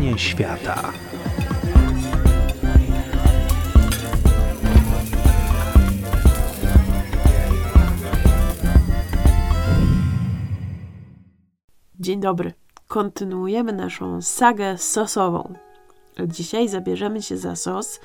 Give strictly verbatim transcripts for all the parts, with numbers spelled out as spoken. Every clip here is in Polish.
Kuchnie świata. Dzień dobry. Kontynuujemy naszą sagę sosową. Dzisiaj zabierzemy się za sos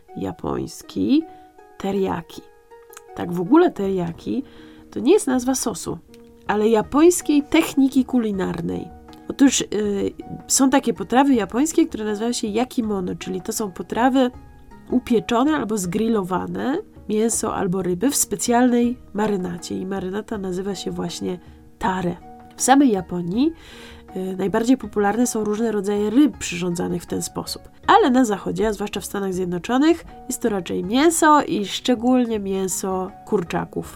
japoński teriyaki. Tak w ogóle teriyaki to nie jest nazwa sosu, ale japońskiej techniki kulinarnej. Otóż yy, są takie potrawy japońskie, które nazywają się yakimono, czyli to są potrawy upieczone albo zgrillowane, mięso albo ryby w specjalnej marynacie i marynata nazywa się właśnie tare. W samej Japonii y, najbardziej popularne są różne rodzaje ryb przyrządzanych w ten sposób. Ale na zachodzie, a zwłaszcza w Stanach Zjednoczonych, jest to raczej mięso i szczególnie mięso kurczaków.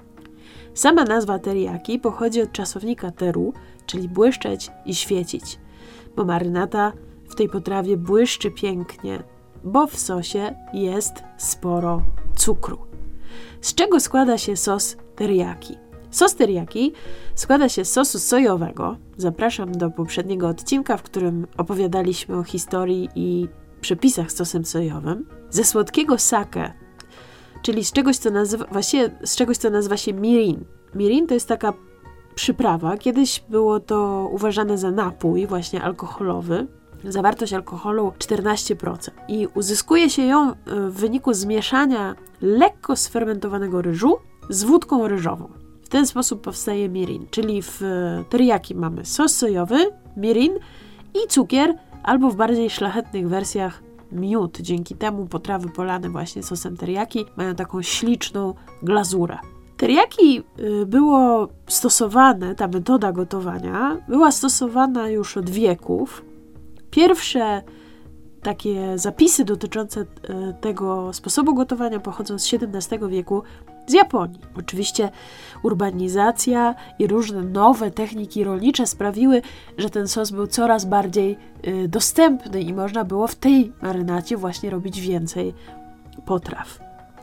Sama nazwa teriyaki pochodzi od czasownika teru, czyli błyszczeć i świecić, bo marynata w tej potrawie błyszczy pięknie, bo w sosie jest sporo cukru. Z czego składa się sos teriyaki? Sos teriyaki składa się z sosu sojowego. Zapraszam do poprzedniego odcinka, w którym opowiadaliśmy o historii i przepisach z sosem sojowym. Ze słodkiego sake, czyli z czegoś, co nazywa, właściwie z czegoś, co nazywa się mirin. Mirin to jest taka przyprawa. Kiedyś było to uważane za napój właśnie alkoholowy. Zawartość alkoholu czternaście procent. I uzyskuje się ją w wyniku zmieszania lekko sfermentowanego ryżu z wódką ryżową. W ten sposób powstaje mirin, czyli w teriyaki mamy sos sojowy, mirin i cukier, albo w bardziej szlachetnych wersjach miód. Dzięki temu potrawy polane właśnie sosem teriyaki mają taką śliczną glazurę. Teriyaki było stosowane, ta metoda gotowania była stosowana już od wieków. Pierwsze takie zapisy dotyczące tego sposobu gotowania pochodzą z siedemnastego wieku z Japonii. Oczywiście urbanizacja i różne nowe techniki rolnicze sprawiły, że ten sos był coraz bardziej y, dostępny i można było w tej marynacie właśnie robić więcej potraw.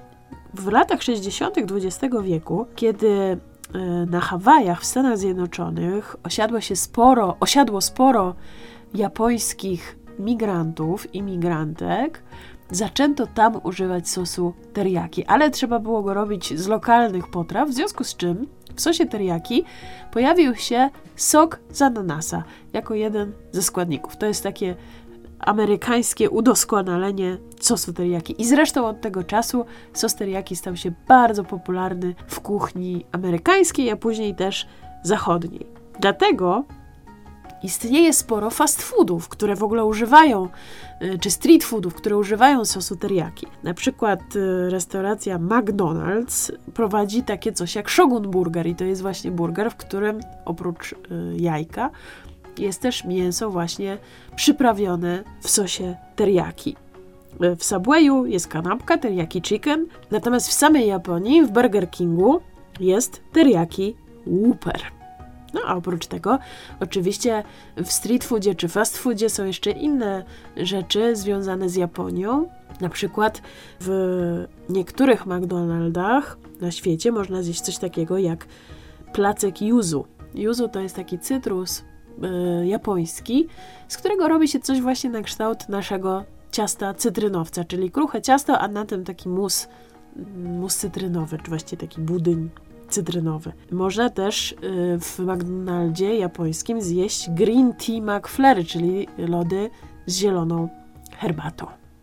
W latach sześćdziesiątych dwudziestego wieku, kiedy y, na Hawajach w Stanach Zjednoczonych osiadło się sporo, osiadło sporo japońskich migrantów, imigrantek, zaczęto tam używać sosu teriyaki, ale trzeba było go robić z lokalnych potraw, w związku z czym w sosie teriyaki pojawił się sok z ananasa jako jeden ze składników. To jest takie amerykańskie udoskonalenie sosu teriyaki. I zresztą od tego czasu sos teriyaki stał się bardzo popularny w kuchni amerykańskiej, a później też zachodniej. Dlatego istnieje sporo fast foodów, które w ogóle używają, czy street foodów, które używają sosu teriyaki. Na przykład restauracja McDonald's prowadzi takie coś jak Shogun Burger i to jest właśnie burger, w którym oprócz jajka jest też mięso właśnie przyprawione w sosie teriyaki. W Subwayu jest kanapka teriyaki chicken, natomiast w samej Japonii, w Burger Kingu jest teriyaki Whopper. No a oprócz tego oczywiście w street foodzie czy fast foodzie są jeszcze inne rzeczy związane z Japonią. Na przykład w niektórych McDonaldach na świecie można zjeść coś takiego jak placek yuzu. Yuzu to jest taki cytrus y, japoński, z którego robi się coś właśnie na kształt naszego ciasta cytrynowca, czyli kruche ciasto, a na tym taki mus, mus cytrynowy, czy właściwie taki budyń cytrynowy. Można też y, w McDonaldzie japońskim zjeść Green Tea McFlurry, czyli lody z zieloną herbatą.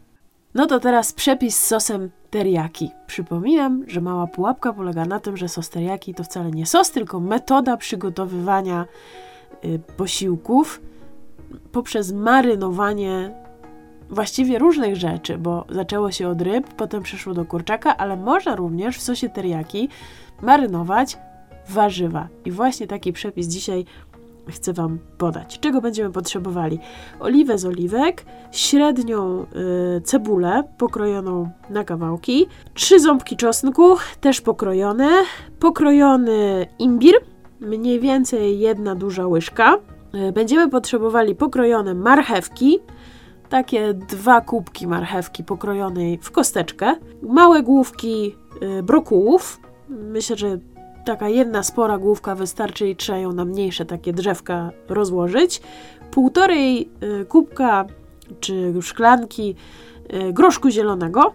No to teraz przepis z sosem teriyaki. Przypominam, że mała pułapka polega na tym, że sos teriyaki to wcale nie sos, tylko metoda przygotowywania y, posiłków poprzez marynowanie właściwie różnych rzeczy, bo zaczęło się od ryb, potem przeszło do kurczaka, ale można również w sosie teriyaki marynować warzywa. I właśnie taki przepis dzisiaj chcę Wam podać. Czego będziemy potrzebowali? Oliwę z oliwek, średnią y, cebulę pokrojoną na kawałki, trzy ząbki czosnku, też pokrojone, pokrojony imbir, mniej więcej jedna duża łyżka. Y, będziemy potrzebowali pokrojone marchewki, takie dwa kubki marchewki pokrojonej w kosteczkę, małe główki y, brokułów, myślę, że taka jedna spora główka wystarczy i trzeba ją na mniejsze takie drzewka rozłożyć. Półtorej y, kubka czy szklanki y, groszku zielonego,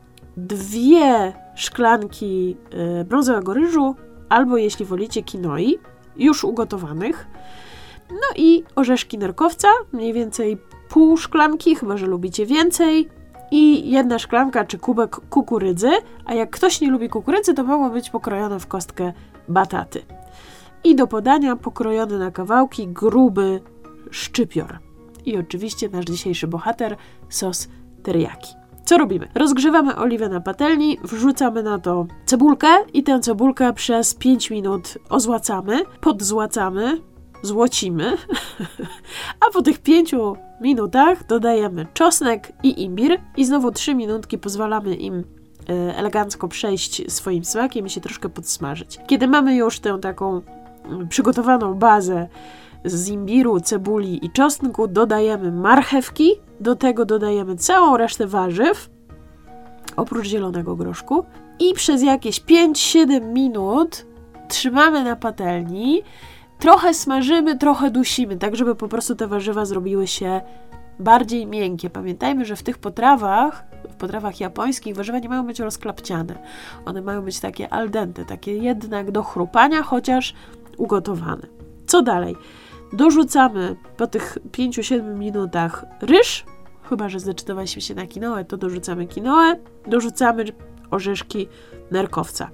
dwie szklanki y, brązowego ryżu, albo jeśli wolicie kinoi, już ugotowanych. No i orzeszki nerkowca, mniej więcej pół szklanki, chyba że lubicie więcej. I jedna szklanka czy kubek kukurydzy, a jak ktoś nie lubi kukurydzy, to mogą być pokrojone w kostkę bataty. I do podania pokrojony na kawałki gruby szczypior. I oczywiście nasz dzisiejszy bohater, sos teriyaki. Co robimy? Rozgrzewamy oliwę na patelni, wrzucamy na to cebulkę i tę cebulkę przez pięć minut ozłacamy, podzłacamy, złocimy, a po tych pięciu minutach dodajemy czosnek i imbir i znowu trzy minutki pozwalamy im elegancko przejść swoim smakiem i się troszkę podsmażyć. Kiedy mamy już tę taką przygotowaną bazę z imbiru, cebuli i czosnku, dodajemy marchewki, do tego dodajemy całą resztę warzyw, oprócz zielonego groszku i przez jakieś pięć siedem minut trzymamy na patelni. Trochę smażymy, trochę dusimy, tak żeby po prostu te warzywa zrobiły się bardziej miękkie. Pamiętajmy, że w tych potrawach, w potrawach japońskich warzywa nie mają być rozklapciane. One mają być takie al dente, takie jednak do chrupania, chociaż ugotowane. Co dalej? Dorzucamy po tych pięciu siedmiu minutach ryż, chyba że zdecydowaliśmy się na quinoę, to dorzucamy quinoę, dorzucamy orzeszki nerkowca.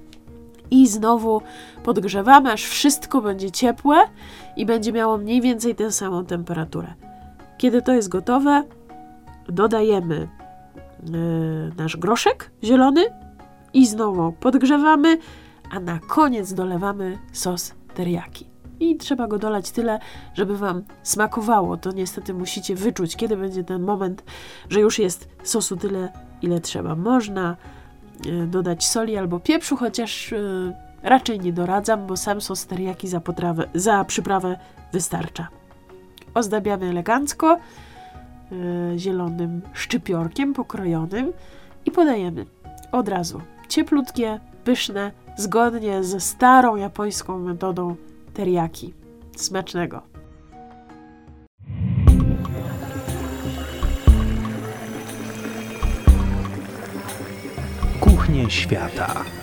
I znowu podgrzewamy, aż wszystko będzie ciepłe i będzie miało mniej więcej tę samą temperaturę. Kiedy to jest gotowe, dodajemy yy, nasz groszek zielony i znowu podgrzewamy, a na koniec dolewamy sos teriyaki. I trzeba go dolać tyle, żeby Wam smakowało. To niestety musicie wyczuć, kiedy będzie ten moment, że już jest sosu tyle, ile trzeba. Można dodać soli albo pieprzu, chociaż yy, raczej nie doradzam, bo sam sos teriyaki za, potrawę, za przyprawę wystarcza. Ozdabiamy elegancko yy, zielonym szczypiorkiem pokrojonym i podajemy od razu cieplutkie, pyszne, zgodnie ze starą japońską metodą teriyaki. Smacznego! Kuchnie świata.